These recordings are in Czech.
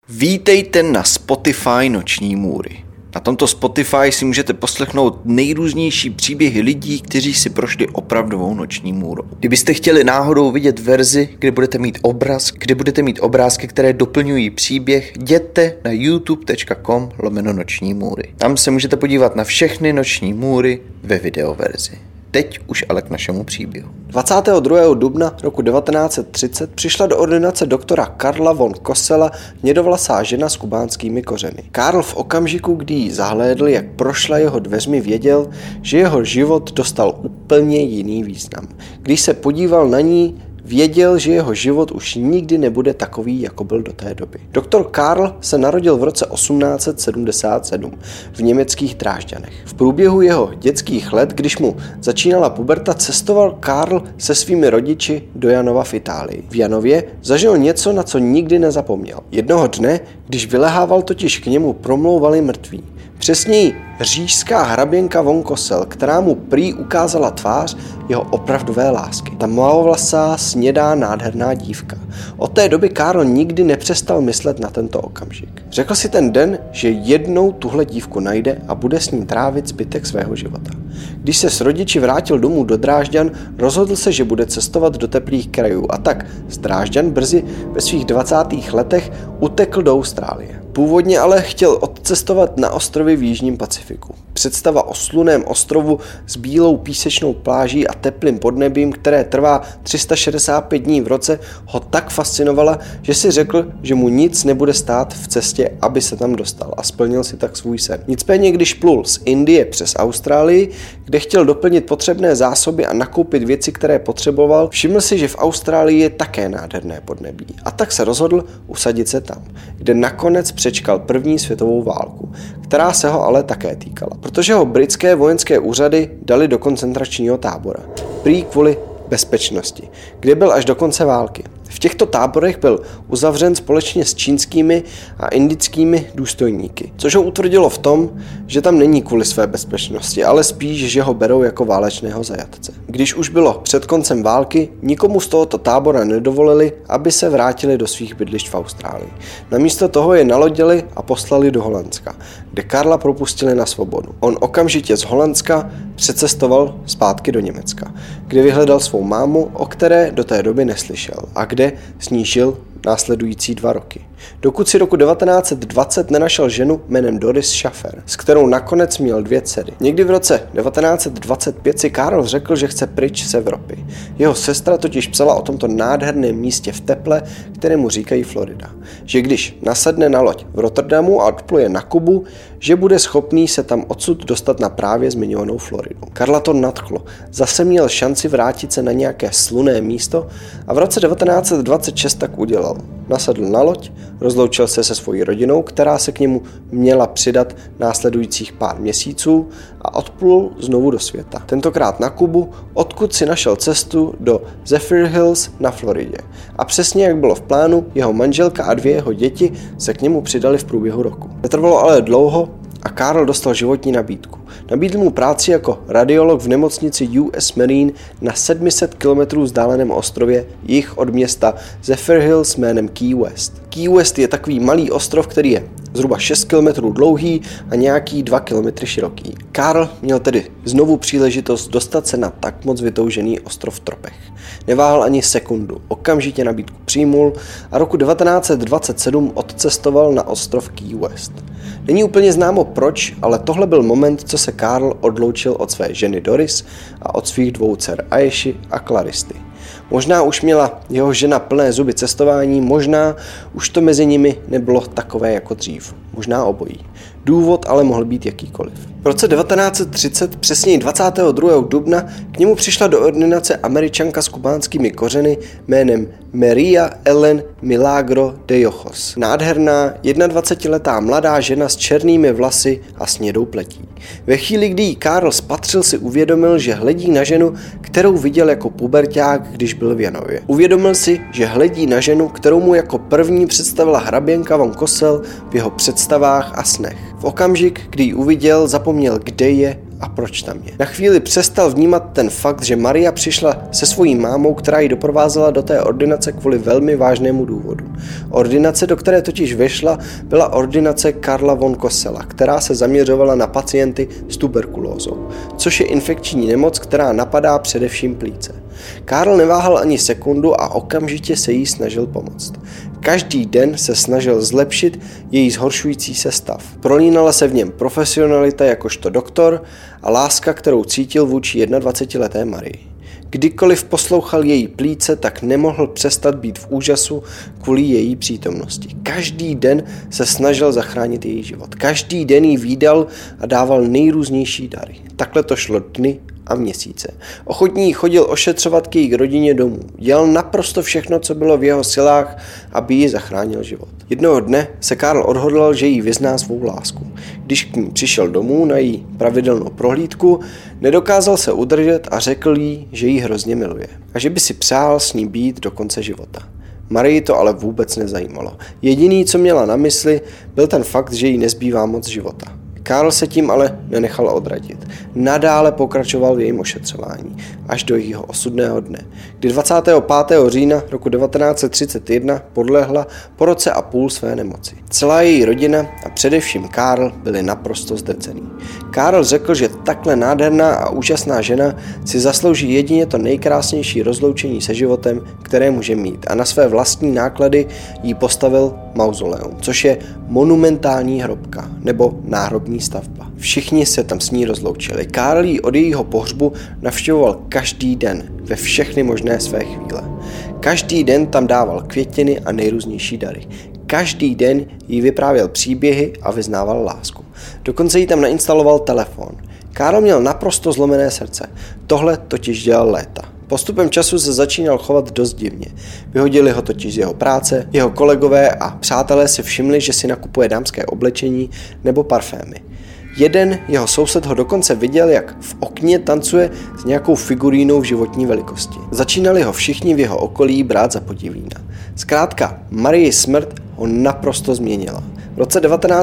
Vítejte na Spotify Noční můry. Na tomto Spotify si můžete poslechnout nejrůznější příběhy lidí, kteří si prošli opravdovou noční můrou. Kdybyste chtěli náhodou vidět verzi, kde budete mít obraz, kde budete mít obrázky, které doplňují příběh, jděte na youtube.com/noční můry. Tam se můžete podívat na všechny noční můry ve videoverzi. Teď už ale k našemu příběhu. 22. dubna roku 1930 přišla do ordinace doktora Karla von Kossela hnědovlasá žena s kubánskými kořeny. Karl v okamžiku, kdy ji zahlédl, jak prošla jeho dveřmi, věděl, že jeho život dostal úplně jiný význam. Když se podíval na ní, věděl, že jeho život už nikdy nebude takový, jako byl do té doby. Doktor Karl se narodil v roce 1877 v německých Drážďanech. V průběhu jeho dětských let, když mu začínala puberta, cestoval Karl se svými rodiči do Janova v Itálii. V Janově zažil něco, na co nikdy nezapomněl. Jednoho dne, když vylehával, totiž k němu promlouvali mrtví. Přesněji říšská hraběnka von Kossel, která mu prý ukázala tvář jeho opravdové lásky. Ta mlavovlasá, snědá, nádherná dívka. Od té doby Karl nikdy nepřestal myslet na tento okamžik. Řekl si ten den, že jednou tuhle dívku najde a bude s ní trávit zbytek svého života. Když se s rodiči vrátil domů do Drážďan, rozhodl se, že bude cestovat do teplých krajů, a tak z Drážďan brzy ve svých 20. letech utekl do Austrálie. Původně ale chtěl odcestovat na ostrovy v jižním Pacifiku. Představa o slunném ostrovu s bílou písečnou pláží a teplým podnebím, které trvá 365 dní v roce, ho tak fascinovala, že si řekl, že mu nic nebude stát v cestě, aby se tam dostal, a splnil si tak svůj sen. Nicméně, když plul z Indie přes Austrálii, kde chtěl doplnit potřebné zásoby a nakoupit věci, které potřeboval, všiml si, že v Austrálii je také nádherné podnebí, a tak se rozhodl usadit se tam, kde nakonec přečkal první světovou válku, která se ho ale také týkala, protože ho britské vojenské úřady dali do koncentračního tábora, prý kvůli bezpečnosti, kde byl až do konce války. V těchto táborech byl uzavřen společně s čínskými a indickými důstojníky, což ho utvrdilo v tom, že tam není kvůli své bezpečnosti, ale spíš, že ho berou jako válečného zajatce. Když už bylo před koncem války, nikomu z tohoto tábora nedovolili, aby se vrátili do svých bydlišť v Austrálii. Namísto toho je nalodili a poslali do Holandska, kde Karla propustili na svobodu. On okamžitě z Holandska přecestoval zpátky do Německa, kde vyhledal svou mámu, o které do té doby neslyšel, a kde s ní žil následující 2 roky. Dokud si roku 1920 nenašel ženu jménem Doris Schaffer, s kterou nakonec měl 2 dcery. Někdy v roce 1925 si Karl řekl, že chce pryč z Evropy. Jeho sestra totiž psala o tomto nádherném místě v teple, kterému říkají Florida. Že když nasedne na loď v Rotterdamu a odpluje na Kubu, že bude schopný se tam odsud dostat na právě zmiňovanou Floridu. Karla to nadchlo. Zase měl šanci vrátit se na nějaké slunné místo a v roce 1926 tak udělal. Nasedl na loď, rozloučil se se svojí rodinou, která se k němu měla přidat následujících pár měsíců, a odplul znovu do světa. Tentokrát na Kubu, odkud si našel cestu do Zephyr Hills na Floridě. A přesně jak bylo v plánu, jeho manželka a 2 jeho děti se k němu přidali v průběhu roku. Netrvalo ale dlouho a Karl dostal životní nabídku. Nabídl mu práci jako radiolog v nemocnici US Marine na 700 km vzdáleném ostrově jih od města Zephyr Hills jménem Key West. Key West je takový malý ostrov, který je zhruba 6 km dlouhý a nějaký 2 km široký. Karl měl tedy znovu příležitost dostat se na tak moc vytoužený ostrov v tropech. Neváhal ani sekundu, okamžitě nabídku přijmul a roku 1927 odcestoval na ostrov Key West. Není úplně známo proč, ale tohle byl moment, co se Karl odloučil od své ženy Doris a od svých 2 dcer Aješi a Claristy. Možná už měla jeho žena plné zuby cestování, možná už to mezi nimi nebylo takové jako dřív. Možná obojí. Důvod ale mohl být jakýkoliv. V roce 1930, přesněji 22. dubna, k němu přišla do ordinace Američanka s kubánskými kořeny jménem Maria Ellen Milagro de Jojos. Nádherná, 21letá mladá žena s černými vlasy a snědou pletí. Ve chvíli, kdy jí Karl spatřil, si uvědomil, že hledí na ženu, kterou viděl jako puberťák, když byl v Janově. Uvědomil si, že hledí na ženu, kterou mu jako první představila hraběnka von Kossel v jeho představách a snech. V okamžik, kdy ji uviděl, zapomněl, kde je a proč tam je. Na chvíli přestal vnímat ten fakt, že Maria přišla se svojí mámou, která ji doprovázela do té ordinace kvůli velmi vážnému důvodu. Ordinace, do které totiž vešla, byla ordinace Karla von Kossela, která se zaměřovala na pacienty s tuberkulózou, což je infekční nemoc, která napadá především plíce. Karl neváhal ani sekundu a okamžitě se jí snažil pomoct. Každý den se snažil zlepšit její zhoršující se stav. Prolínala se v něm profesionalita jakožto doktor a láska, kterou cítil vůči 21leté Marii. Kdykoliv poslouchal její plíce, tak nemohl přestat být v úžasu kvůli její přítomnosti. Každý den se snažil zachránit její život. Každý den jí vídal a dával nejrůznější dary. Takhle to šlo dny a měsíce. Ochotně chodil ošetřovat k její rodině domů. Dělal naprosto všechno, co bylo v jeho silách, aby jí zachránil život. Jednoho dne se Karl odhodlal, že jí vyzná svou lásku. Když k ní přišel domů na její pravidelnou prohlídku, nedokázal se udržet a řekl jí, že jí hrozně miluje a že by si přál s ní být do konce života. Marii to ale vůbec nezajímalo. Jediný, co měla na mysli, byl ten fakt, že jí nezbývá moc života. Karl se tím ale nenechal odradit. Nadále pokračoval v jejím ošetřování až do jejího osudného dne, kdy 25. října roku 1931 podlehla po roce a půl své nemoci. Celá její rodina a především Karl byli naprosto zdrcený. Karl řekl, že takhle nádherná a úžasná žena si zaslouží jedině to nejkrásnější rozloučení se životem, které může mít, a na své vlastní náklady jí postavil mauzoleum, což je monumentální hrobka nebo náhrobní stavba. Všichni se tam s ní rozloučili. Karl ji od jejího pohřbu navštěvoval každý den ve všechny možné své chvíle. Každý den tam dával květiny a nejrůznější dary. Každý den jí vyprávěl příběhy a vyznával lásku. Dokonce jí tam nainstaloval telefon. Karl měl naprosto zlomené srdce. Tohle totiž dělal léta. Postupem času se začínal chovat dost divně. Vyhodili ho totiž z jeho práce, jeho kolegové a přátelé si všimli, že si nakupuje dámské oblečení nebo parfémy. Jeden jeho soused ho dokonce viděl, jak v okně tancuje s nějakou figurínou v životní velikosti. Začínali ho všichni v jeho okolí brát za podivníka. Zkrátka, Marii smrt ho naprosto změnila. V roce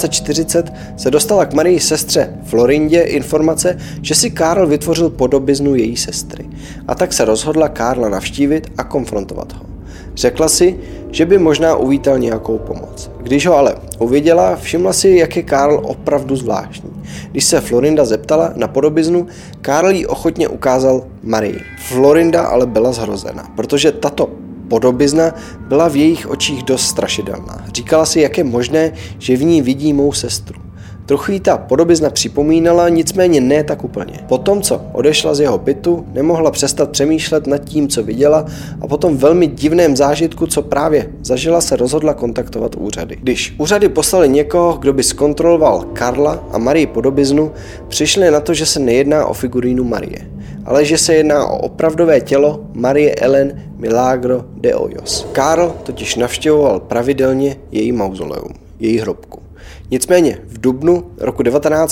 1940 se dostala k Marii sestře Florindě informace, že si Karl vytvořil podobiznu její sestry. A tak se rozhodla Karla navštívit a konfrontovat ho. Řekla si, že by možná uvítal nějakou pomoc. Když ho ale uviděla, všimla si, jak je Karl opravdu zvláštní. Když se Florinda zeptala na podobiznu, Karl jí ochotně ukázal Marii. Florinda ale byla zhrozena, protože tato podobizna byla v jejich očích dost strašidelná. Říkala si, jak je možné, že v ní vidí mou sestru. Trochu jí ta podobizna připomínala, nicméně ne tak úplně. Potom, co odešla z jeho bytu, nemohla přestat přemýšlet nad tím, co viděla, a po tom velmi divném zážitku, co právě zažila, se rozhodla kontaktovat úřady. Když úřady poslali někoho, kdo by zkontroloval Karla a Marii podobiznu, přišli na to, že se nejedná o figurínu Marie, ale že se jedná o opravdové tělo Marie Ellen Milagro de Hoyos. Karl totiž navštěvoval pravidelně její mauzoleum, její hrobku. Nicméně v dubnu roku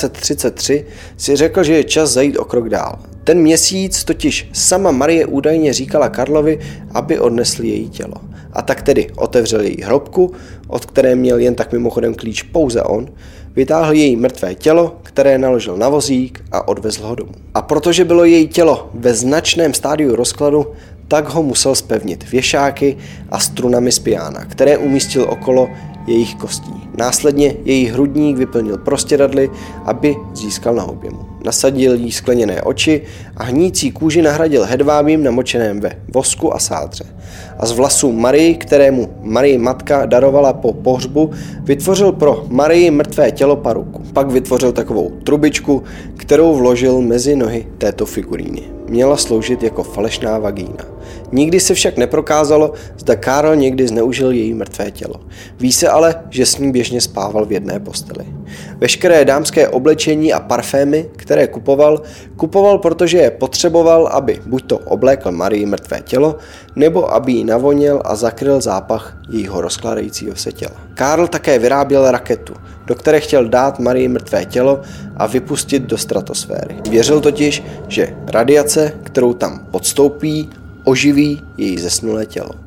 1933 si řekl, že je čas zajít o krok dál. Ten měsíc totiž sama Marie údajně říkala Karlovi, aby odnesl její tělo. A tak tedy otevřel její hrobku, od které měl jen tak mimochodem klíč pouze on, vytáhl její mrtvé tělo, které naložil na vozík a odvezl ho domů. A protože bylo její tělo ve značném stádiu rozkladu, tak ho musel zpevnit věšáky a strunami z piána, které umístil okolo jejich kostí. Následně její hrudník vyplnil prostěradly, aby získal na objemu. Nasadil jí skleněné oči a hnící kůži nahradil hedvábím namočeném ve vosku a sádře. A z vlasů Marii, kterému Marii matka darovala po pohřbu, vytvořil pro Marii mrtvé tělo paruku. Pak vytvořil takovou trubičku, kterou vložil mezi nohy této figuríny. Měla sloužit jako falešná vagína. Nikdy se však neprokázalo, zda Karl někdy zneužil její mrtvé tělo. Ví se ale, že s ním běžně spával v jedné posteli. Veškeré dámské oblečení a parfémy, které kupoval, protože je potřeboval, aby buď to oblékl Marii mrtvé tělo, nebo aby ji navoněl a zakryl zápach jejího rozkladajícího se těla. Karl také vyráběl raketu, do které chtěl dát Marii mrtvé tělo a vypustit do stratosféry. Věřil totiž, že radiace, kterou tam podstoupí, oživí její zesnulé tělo.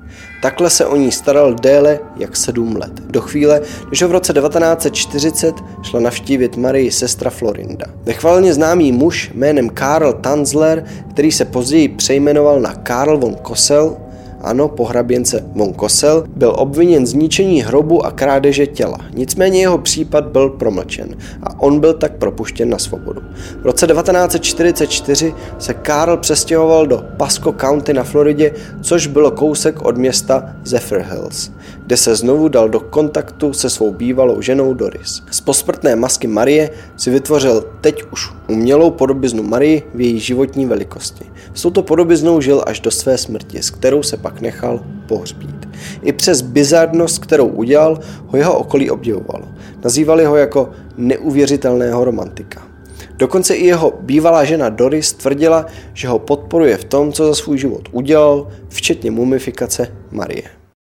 Takhle se o ní staral déle jak 7 let. Do chvíle, než ho v roce 1940 šla navštívit Marii sestra Florinda. Nechvalně známý muž jménem Karl Tanzler, který se později přejmenoval na Karl von Kossel, ano, po hraběnce von Kossel, byl obviněn z ničení hrobu a krádeže těla. Nicméně jeho případ byl promlčen a on byl tak propuštěn na svobodu. V roce 1944 se Karl přestěhoval do Pasco County na Floridě, což bylo kousek od města Zephyr Hills, kde se znovu dal do kontaktu se svou bývalou ženou Doris. Z posmrtné masky Marie si vytvořil teď už umělou podobiznu Marii v její životní velikosti. S touto podobiznou žil až do své smrti, s kterou se pak nechal pohřbít. I přes bizarnost, kterou udělal, ho jeho okolí obdivovalo. Nazývali ho jako neuvěřitelného romantika. Dokonce i jeho bývalá žena Doris tvrdila, že ho podporuje v tom, co za svůj život udělal, včetně mumifikace Marie.